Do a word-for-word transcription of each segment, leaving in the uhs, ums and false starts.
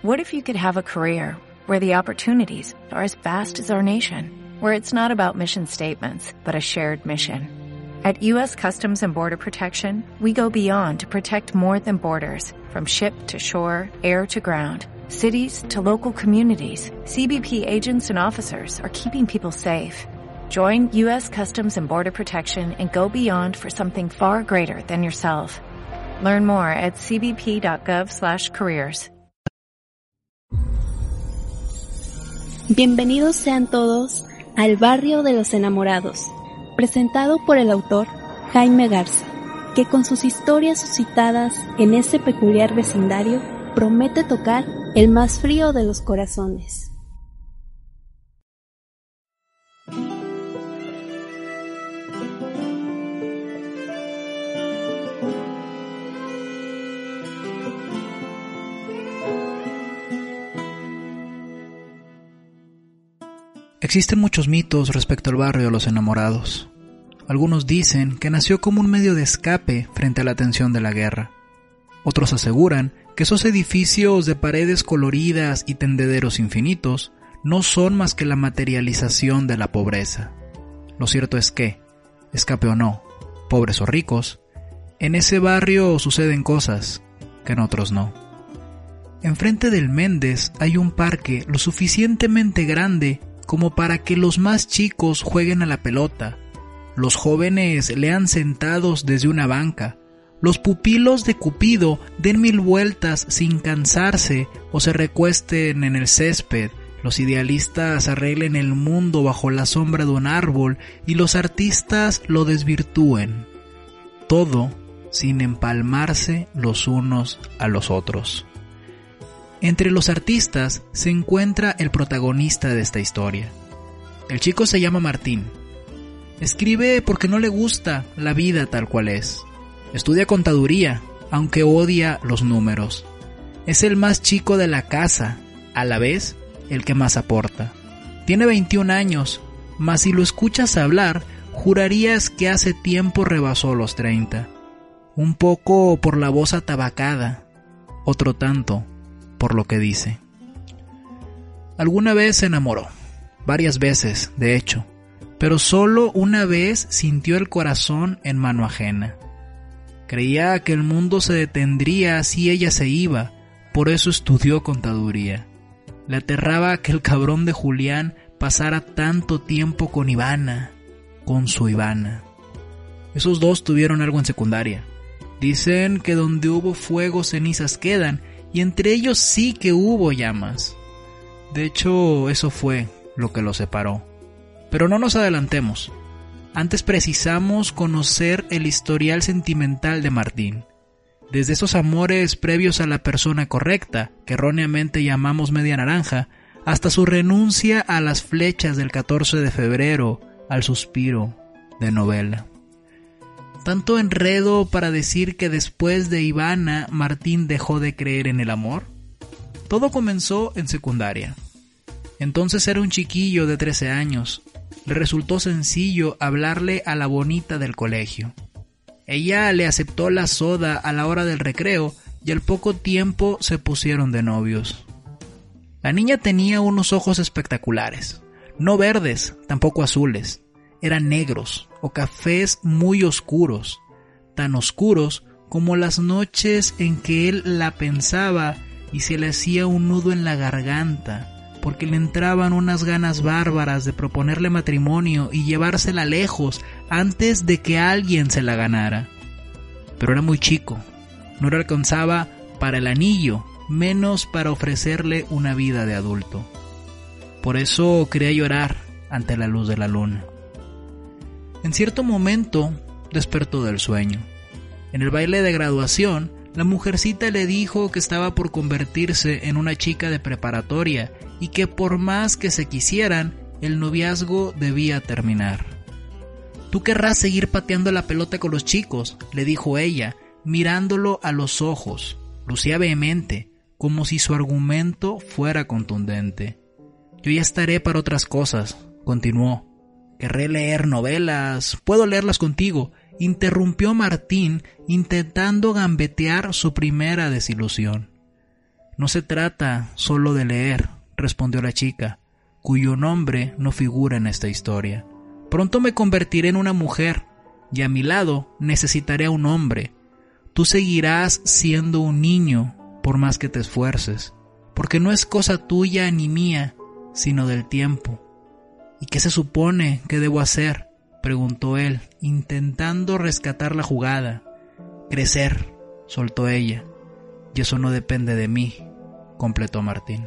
What if you could have a career where the opportunities are as vast as our nation, where it's not about mission statements, but a shared mission? At U S Customs and Border Protection, we go beyond to protect more than borders. From ship to shore, air to ground, cities to local communities, C B P agents and officers are keeping people safe. Join U S Customs and Border Protection and go beyond for something far greater than yourself. Learn more at c b p dot gov slash careers. Bienvenidos sean todos al Barrio de los Enamorados, presentado por el autor Jaime Garza, que con sus historias suscitadas en ese peculiar vecindario promete tocar el más frío de los corazones. Existen muchos mitos respecto al barrio de los Enamorados. Algunos dicen que nació como un medio de escape frente a la tensión de la guerra. Otros aseguran que esos edificios de paredes coloridas y tendederos infinitos no son más que la materialización de la pobreza. Lo cierto es que, escape o no, pobres o ricos, en ese barrio suceden cosas que en otros no. Enfrente del Méndez hay un parque lo suficientemente grande como para que los más chicos jueguen a la pelota, los jóvenes lean sentados desde una banca, los pupilos de Cupido den mil vueltas sin cansarse o se recuesten en el césped, los idealistas arreglen el mundo bajo la sombra de un árbol y los artistas lo desvirtúen. Todo sin empalmarse los unos a los otros. Entre los artistas se encuentra el protagonista de esta historia. El chico se llama Martín. Escribe porque no le gusta la vida tal cual es. Estudia contaduría, aunque odia los números. Es el más chico de la casa, a la vez el que más aporta. Tiene veintiún años, mas si lo escuchas hablar, jurarías que hace tiempo rebasó los treinta. Un poco por la voz atabacada, otro tanto por lo que dice. Alguna vez se enamoró, varias veces, de hecho, pero solo una vez sintió el corazón en mano ajena. Creía que el mundo se detendría si ella se iba, por eso estudió contaduría. Le aterraba que el cabrón de Julián pasara tanto tiempo con Ivana, con su Ivana. Esos dos tuvieron algo en secundaria. Dicen que donde hubo fuego cenizas quedan, y entre ellos sí que hubo llamas. De hecho, eso fue lo que los separó. Pero no nos adelantemos. Antes precisamos conocer el historial sentimental de Martín. Desde esos amores previos a la persona correcta, que erróneamente llamamos media naranja, hasta su renuncia a las flechas del catorce de febrero, al suspiro de novela. ¿Tanto enredo para decir que después de Ivana, Martín dejó de creer en el amor? Todo comenzó en secundaria. Entonces era un chiquillo de trece años. Le resultó sencillo hablarle a la bonita del colegio. Ella le aceptó la soda a la hora del recreo y al poco tiempo se pusieron de novios. La niña tenía unos ojos espectaculares, no verdes, tampoco azules. Eran negros o cafés muy oscuros, tan oscuros como las noches en que él la pensaba y se le hacía un nudo en la garganta, porque le entraban unas ganas bárbaras de proponerle matrimonio y llevársela lejos antes de que alguien se la ganara. Pero era muy chico, no le alcanzaba para el anillo, menos para ofrecerle una vida de adulto. Por eso quería llorar ante la luz de la luna. En cierto momento despertó del sueño. En el baile de graduación, la mujercita le dijo que estaba por convertirse en una chica de preparatoria y que por más que se quisieran, el noviazgo debía terminar. «Tú querrás seguir pateando la pelota con los chicos», le dijo ella, mirándolo a los ojos. Lucía vehemente, como si su argumento fuera contundente. «Yo ya estaré para otras cosas», continuó. «Querré leer novelas, puedo leerlas contigo», interrumpió Martín, intentando gambetear su primera desilusión. No se trata solo de leer, respondió la chica, cuyo nombre no figura en esta historia. Pronto me convertiré en una mujer, y a mi lado necesitaré a un hombre. Tú seguirás siendo un niño por más que te esfuerces, porque no es cosa tuya ni mía, sino del tiempo. ¿Y qué se supone que debo hacer?, preguntó él, intentando rescatar la jugada. Crecer, soltó ella, y eso no depende de mí, completó Martín.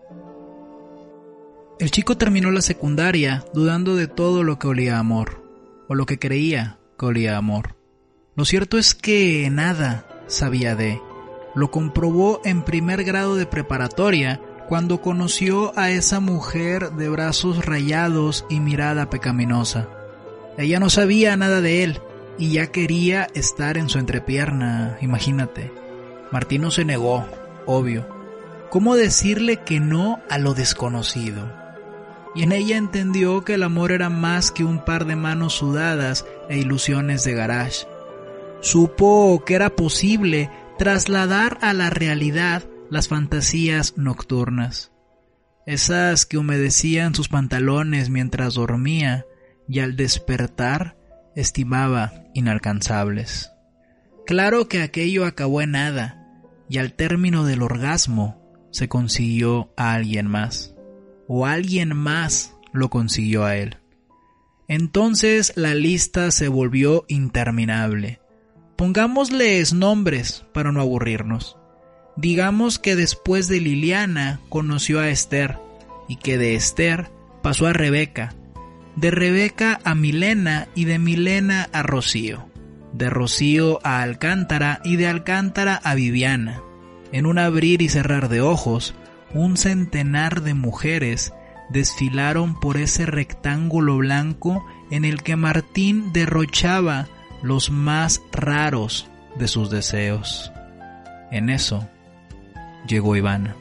El chico terminó la secundaria dudando de todo lo que olía a amor, o lo que creía que olía a amor. Lo cierto es que nada sabía de. Lo comprobó en primer grado de preparatoria cuando conoció a esa mujer de brazos rayados y mirada pecaminosa. Ella no sabía nada de él y ya quería estar en su entrepierna, imagínate. Martín no se negó, obvio. ¿Cómo decirle que no a lo desconocido? Y en ella entendió que el amor era más que un par de manos sudadas e ilusiones de garage. Supo que era posible trasladar a la realidad las fantasías nocturnas, esas que humedecían sus pantalones mientras dormía y al despertar estimaba inalcanzables. Claro que aquello acabó en nada, y al término del orgasmo se consiguió a alguien más, o alguien más lo consiguió a él. Entonces la lista se volvió interminable. Pongámosles nombres para no aburrirnos. Digamos que después de Liliana conoció a Esther, y que de Esther pasó a Rebeca, de Rebeca a Milena y de Milena a Rocío, de Rocío a Alcántara y de Alcántara a Viviana. En un abrir y cerrar de ojos, un centenar de mujeres desfilaron por ese rectángulo blanco en el que Martín derrochaba los más raros de sus deseos. En eso llegó Ivana.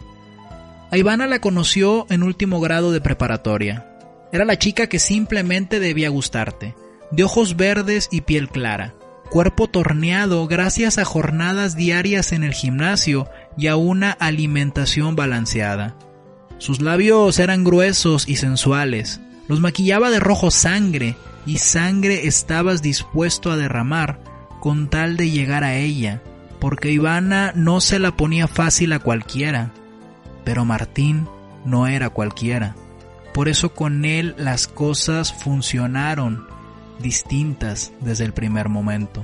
A Ivana la conoció en último grado de preparatoria. Era la chica que simplemente debía gustarte, de ojos verdes y piel clara, cuerpo torneado gracias a jornadas diarias en el gimnasio y a una alimentación balanceada. Sus labios eran gruesos y sensuales, los maquillaba de rojo sangre, y sangre estabas dispuesto a derramar con tal de llegar a ella, porque Ivana no se la ponía fácil a cualquiera. Pero Martín no era cualquiera. Por eso con él las cosas funcionaron distintas desde el primer momento.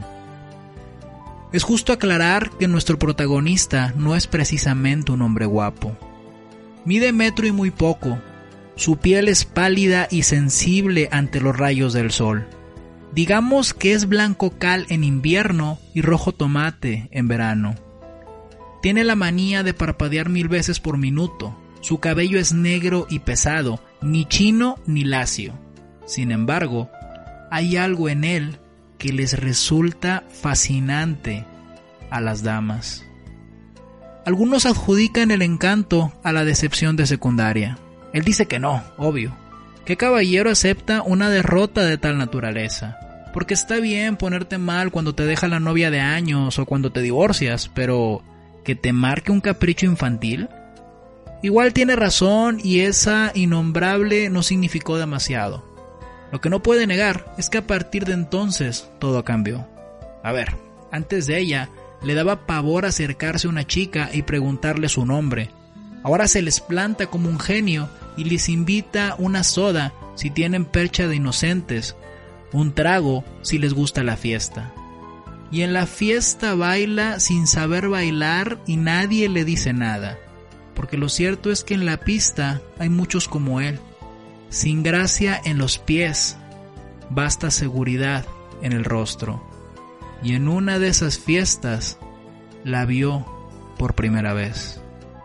Es justo aclarar que nuestro protagonista no es precisamente un hombre guapo. Mide metro y muy poco. Su piel es pálida y sensible ante los rayos del sol. Digamos que es blanco cal en invierno y rojo tomate en verano. Tiene la manía de parpadear mil veces por minuto. Su cabello es negro y pesado, ni chino ni lacio. Sin embargo, hay algo en él que les resulta fascinante a las damas. Algunos adjudican el encanto a la decepción de secundaria. Él dice que no, obvio. ¿Qué caballero acepta una derrota de tal naturaleza? Porque está bien ponerte mal cuando te deja la novia de años o cuando te divorcias, pero ¿que te marque un capricho infantil? Igual tiene razón y esa innombrable no significó demasiado. Lo que no puede negar es que a partir de entonces todo cambió. A ver, antes de ella le daba pavor acercarse a una chica y preguntarle su nombre. Ahora se les planta como un genio y les invita una soda si tienen percha de inocentes, un trago si les gusta la fiesta. Y en la fiesta baila sin saber bailar y nadie le dice nada, porque lo cierto es que en la pista hay muchos como él, sin gracia en los pies, basta seguridad en el rostro. Y en una de esas fiestas la vio por primera vez.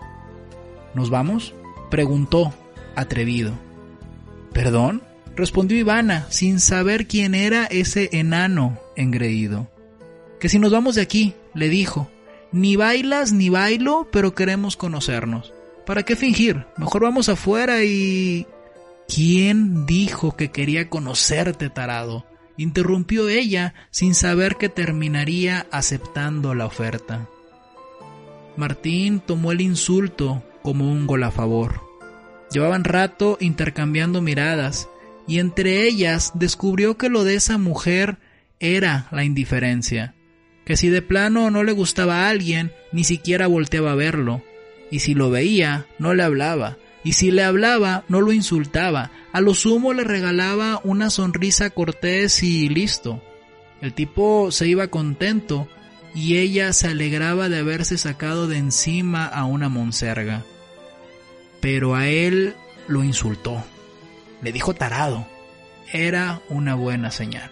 ¿Nos vamos?, preguntó, atrevido. ¿Perdón?, respondió Ivana, sin saber quién era ese enano engreído. Que si nos vamos de aquí, le dijo. Ni bailas ni bailo, pero queremos conocernos. ¿Para qué fingir? Mejor vamos afuera y... ¿Quién dijo que quería conocerte, tarado?, interrumpió ella sin saber que terminaría aceptando la oferta. Martín tomó el insulto como un gol a favor. Llevaban rato intercambiando miradas, y entre ellas descubrió que lo de esa mujer era la indiferencia, que si de plano no le gustaba a alguien, ni siquiera volteaba a verlo, y si lo veía, no le hablaba, y si le hablaba, no lo insultaba, a lo sumo le regalaba una sonrisa cortés y listo. El tipo se iba contento, y ella se alegraba de haberse sacado de encima a una monserga. Pero a él lo insultó, le dijo tarado. Era una buena señal.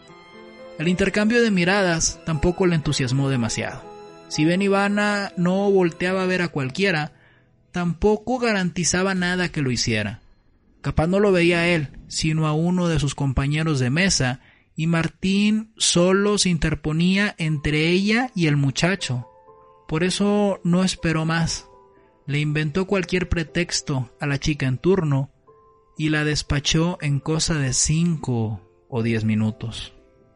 El intercambio de miradas tampoco le entusiasmó demasiado. Si bien Ivana no volteaba a ver a cualquiera, tampoco garantizaba nada que lo hiciera. Capaz no lo veía a él, sino a uno de sus compañeros de mesa, y Martín solo se interponía entre ella y el muchacho. Por eso no esperó más. Le inventó cualquier pretexto a la chica en turno y la despachó en cosa de cinco o diez minutos.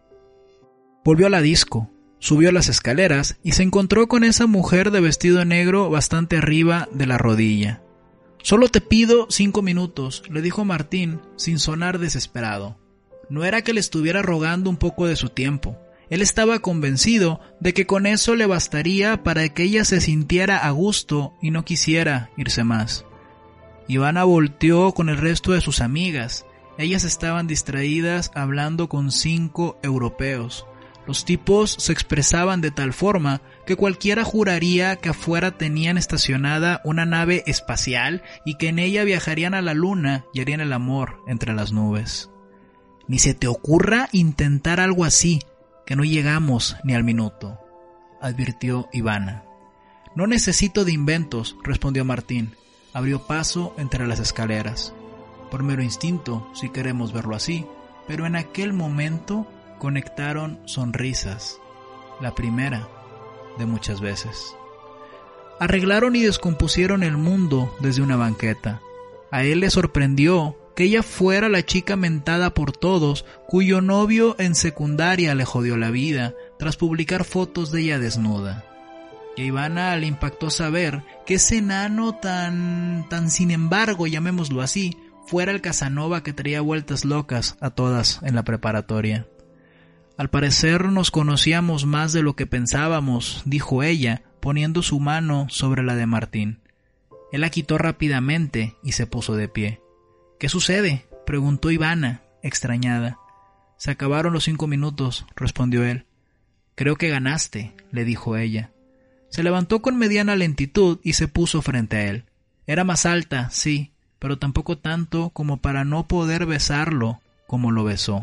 Volvió a la disco, subió las escaleras y se encontró con esa mujer de vestido negro bastante arriba de la rodilla. «Solo te pido cinco minutos», le dijo Martín sin sonar desesperado. No era que le estuviera rogando un poco de su tiempo. Él estaba convencido de que con eso le bastaría para que ella se sintiera a gusto y no quisiera irse más. Ivana volteó con el resto de sus amigas. Ellas estaban distraídas hablando con cinco europeos. Los tipos se expresaban de tal forma que cualquiera juraría que afuera tenían estacionada una nave espacial y que en ella viajarían a la luna y harían el amor entre las nubes. «Ni se te ocurra intentar algo así, que no llegamos ni al minuto», advirtió Ivana. «No necesito de inventos», respondió Martín. Abrió paso entre las escaleras. Por mero instinto, si queremos verlo así, pero en aquel momento conectaron sonrisas, la primera de muchas veces. Arreglaron y descompusieron el mundo desde una banqueta. A él le sorprendió que ella fuera la chica mentada por todos, cuyo novio en secundaria le jodió la vida tras publicar fotos de ella desnuda. Y a Ivana le impactó saber que ese enano tan, tan sin embargo, llamémoslo así, fuera el Casanova que traía vueltas locas a todas en la preparatoria. «Al parecer nos conocíamos más de lo que pensábamos», dijo ella, poniendo su mano sobre la de Martín. Él la quitó rápidamente y se puso de pie. «¿Qué sucede?», preguntó Ivana, extrañada. «Se acabaron los cinco minutos», respondió él. «Creo que ganaste», le dijo ella. Se levantó con mediana lentitud y se puso frente a él. Era más alta, sí, pero tampoco tanto como para no poder besarlo como lo besó.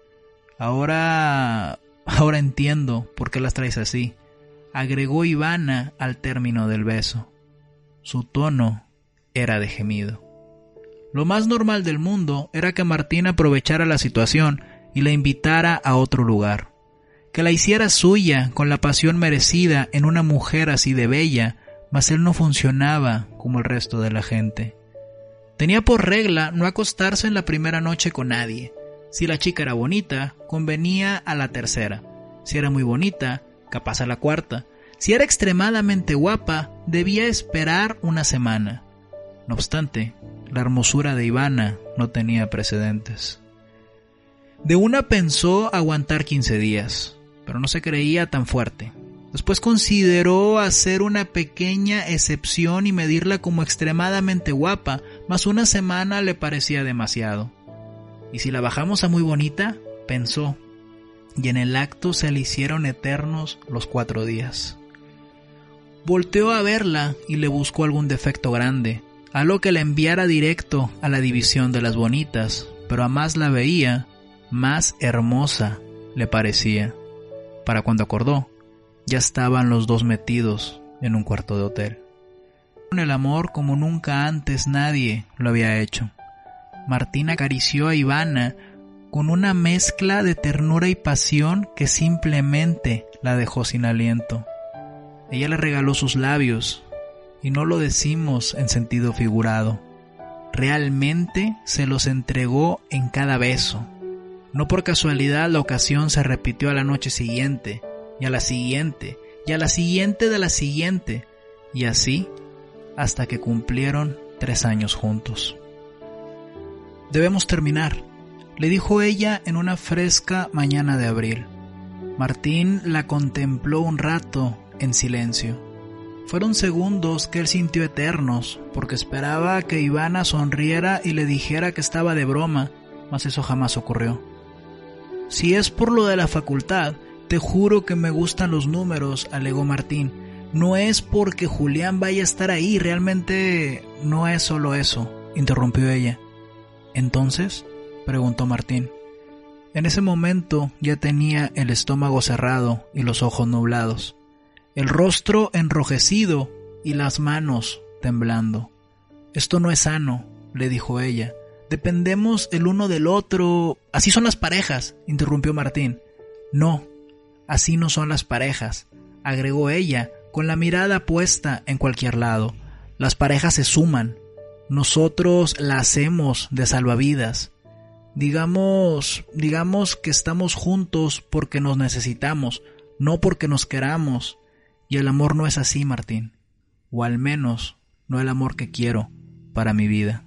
«Ahora... ahora entiendo por qué las traes así», agregó Ivana al término del beso. Su tono era de gemido. Lo más normal del mundo era que Martín aprovechara la situación y la invitara a otro lugar, que la hiciera suya con la pasión merecida en una mujer así de bella, mas él no funcionaba como el resto de la gente. Tenía por regla no acostarse en la primera noche con nadie. Si la chica era bonita, convenía a la tercera. Si era muy bonita, capaz a la cuarta. Si era extremadamente guapa, debía esperar una semana. No obstante, la hermosura de Ivana no tenía precedentes. De una pensó aguantar quince días, pero no se creía tan fuerte. Después consideró hacer una pequeña excepción y medirla como extremadamente guapa, mas una semana le parecía demasiado. ¿Y si la bajamos a muy bonita?, pensó, y en el acto se le hicieron eternos los cuatro días. Volteó a verla y le buscó algún defecto grande, algo que la enviara directo a la división de las bonitas, pero a más la veía, más hermosa le parecía. Para cuando acordó, ya estaban los dos metidos en un cuarto de hotel. Con el amor como nunca antes nadie lo había hecho. Martín acarició a Ivana con una mezcla de ternura y pasión que simplemente la dejó sin aliento. Ella le regaló sus labios, y no lo decimos en sentido figurado. Realmente se los entregó en cada beso. No por casualidad la ocasión se repitió a la noche siguiente, y a la siguiente, y a la siguiente de la siguiente, y así hasta que cumplieron tres años juntos. «Debemos terminar», le dijo ella en una fresca mañana de abril. Martín la contempló un rato en silencio. Fueron segundos que él sintió eternos, porque esperaba que Ivana sonriera y le dijera que estaba de broma, mas eso jamás ocurrió. «Si es por lo de la facultad, te juro que me gustan los números», alegó Martín. «No es porque Julián vaya a estar ahí, realmente no es solo eso», interrumpió ella. «¿Entonces?», preguntó Martín. En ese momento ya tenía el estómago cerrado y los ojos nublados, el rostro enrojecido y las manos temblando. «Esto no es sano», le dijo ella. «Dependemos el uno del otro. Así son las parejas», interrumpió Martín. «No, así no son las parejas», agregó ella, con la mirada puesta en cualquier lado. «Las parejas se suman. Nosotros la hacemos de salvavidas. Digamos, digamos que estamos juntos porque nos necesitamos, no porque nos queramos. Y el amor no es así, Martín. O al menos, no el amor que quiero para mi vida».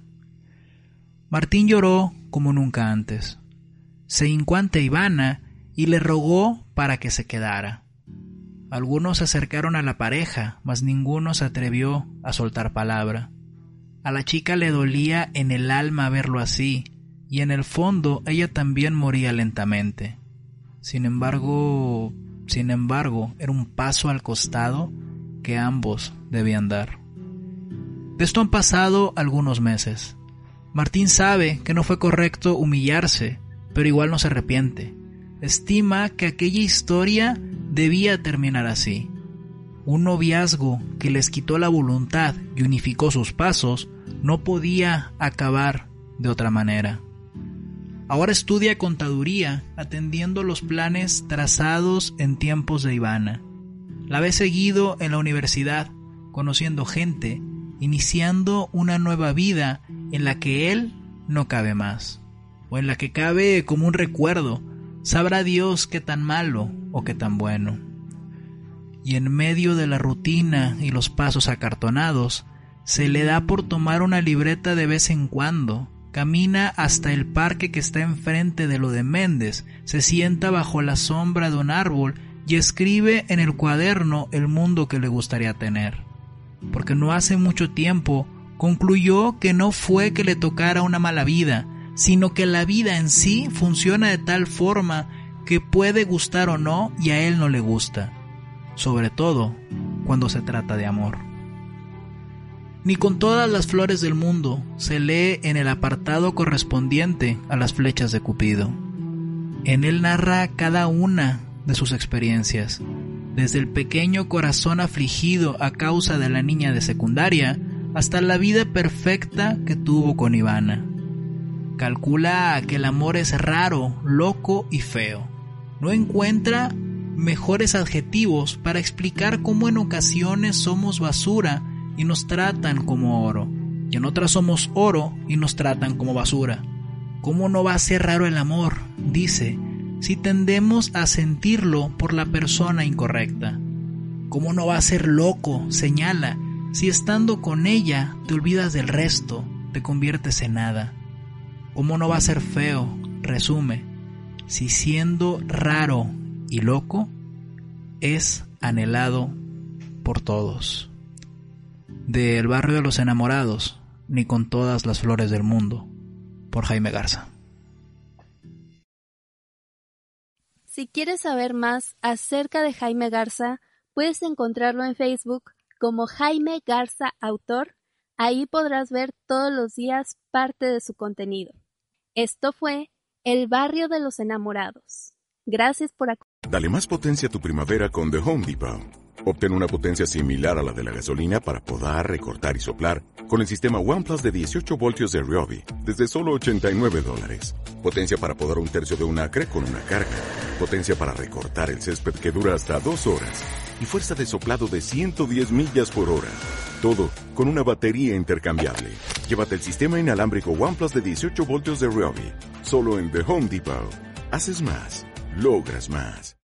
Martín lloró como nunca antes. Se hincó ante Ivana y le rogó para que se quedara. Algunos se acercaron a la pareja, mas ninguno se atrevió a soltar palabra. A la chica le dolía en el alma verlo así, y en el fondo ella también moría lentamente. Sin embargo, sin embargo, era un paso al costado que ambos debían dar. De esto han pasado algunos meses. Martín sabe que no fue correcto humillarse, pero igual no se arrepiente. Estima que aquella historia debía terminar así. Un noviazgo que les quitó la voluntad y unificó sus pasos no podía acabar de otra manera. Ahora estudia contaduría, atendiendo los planes trazados en tiempos de Ivana. La ve seguido en la universidad, conociendo gente, iniciando una nueva vida en la que él no cabe más, o en la que cabe como un recuerdo, sabrá Dios qué tan malo o qué tan bueno. Y en medio de la rutina y los pasos acartonados, se le da por tomar una libreta de vez en cuando, camina hasta el parque que está enfrente de lo de Méndez, se sienta bajo la sombra de un árbol y escribe en el cuaderno el mundo que le gustaría tener. Porque no hace mucho tiempo concluyó que no fue que le tocara una mala vida, sino que la vida en sí funciona de tal forma que puede gustar o no y a él no le gusta, sobre todo cuando se trata de amor. Ni con todas las flores del mundo se lee en el apartado correspondiente a las flechas de Cupido. En él narra cada una de sus experiencias, desde el pequeño corazón afligido a causa de la niña de secundaria hasta la vida perfecta que tuvo con Ivana. Calcula que el amor es raro, loco y feo. No encuentra mejores adjetivos para explicar cómo en ocasiones somos basura y nos tratan como oro, y en otras somos oro y nos tratan como basura. ¿Cómo no va a ser raro el amor?, dice, si tendemos a sentirlo por la persona incorrecta. ¿Cómo no va a ser loco?, señala, si estando con ella te olvidas del resto, te conviertes en nada. ¿Cómo no va a ser feo?, resume, si siendo raro y loco, es anhelado por todos. De El barrio de los enamorados, ni con todas las flores del mundo, por Jaime Garza. Si quieres saber más acerca de Jaime Garza, puedes encontrarlo en Facebook como Jaime Garza Autor. Ahí podrás ver todos los días parte de su contenido. Esto fue El barrio de los enamorados. Gracias por acompañarnos. Dale más potencia a tu primavera con The Home Depot. Obtén una potencia similar a la de la gasolina para podar, recortar y soplar con el sistema OnePlus de dieciocho voltios de Ryobi desde solo ochenta y nueve dólares. Potencia para podar un tercio de un acre con una carga. Potencia para recortar el césped que dura hasta dos horas. Y fuerza de soplado de ciento diez millas por hora. Todo con una batería intercambiable. Llévate el sistema inalámbrico OnePlus de dieciocho voltios de Ryobi. Solo en The Home Depot. Haces más. Logras más.